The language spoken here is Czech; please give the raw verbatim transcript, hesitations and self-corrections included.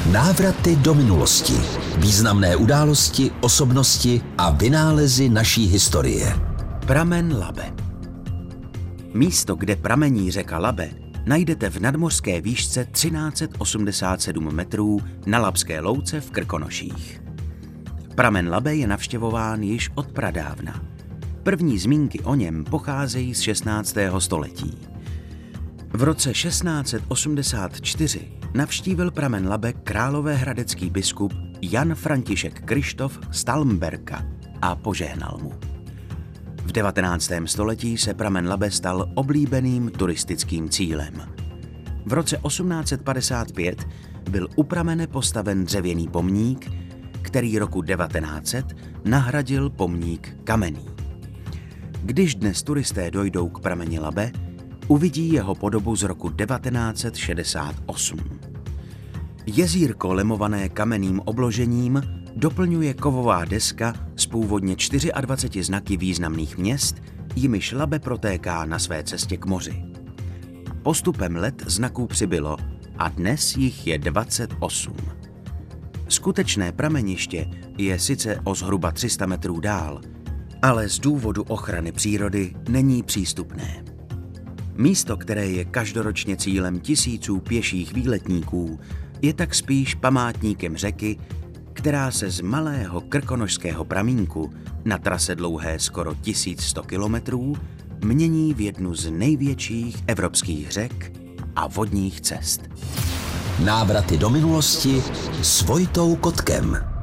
Návraty do minulosti. Významné události, osobnosti a vynálezy naší historie. Pramen Labe. Místo, kde pramení řeka Labe, najdete v nadmořské výšce třináct set osmdesát sedm metrů na Labské louce v Krkonoších. Pramen Labe je navštěvován již od pradávna. První zmínky o něm pocházejí z šestnáctého století. V roce šestnáct set osmdesát čtyři navštívil pramen Labe královéhradecký biskup Jan František Kryštof z Talmberka a požehnal mu. V devatenáctém století se pramen Labe stal oblíbeným turistickým cílem. V roce osmnáct set padesát pět byl u pramene postaven dřevěný pomník, který roku devatenáct set nahradil pomník kamenný. Když dnes turisté dojdou k prameni Labe, uvidí jeho podobu z roku devatenáct set šedesát osm. Jezírko lemované kamenným obložením doplňuje kovová deska s původně dvaceti čtyřmi znaky významných měst, jimiž Labe protéká na své cestě k moři. Postupem let znaků přibylo a dnes jich je dvacet osm. Skutečné prameniště je sice o zhruba tři sta metrů dál, ale z důvodu ochrany přírody není přístupné. Místo, které je každoročně cílem tisíců pěších výletníků, je tak spíš památníkem řeky, která se z malého krkonošského pramínku na trase dlouhé skoro tisíc sto kilometrů mění v jednu z největších evropských řek a vodních cest. Návraty do minulosti s Vojtou Kotkem.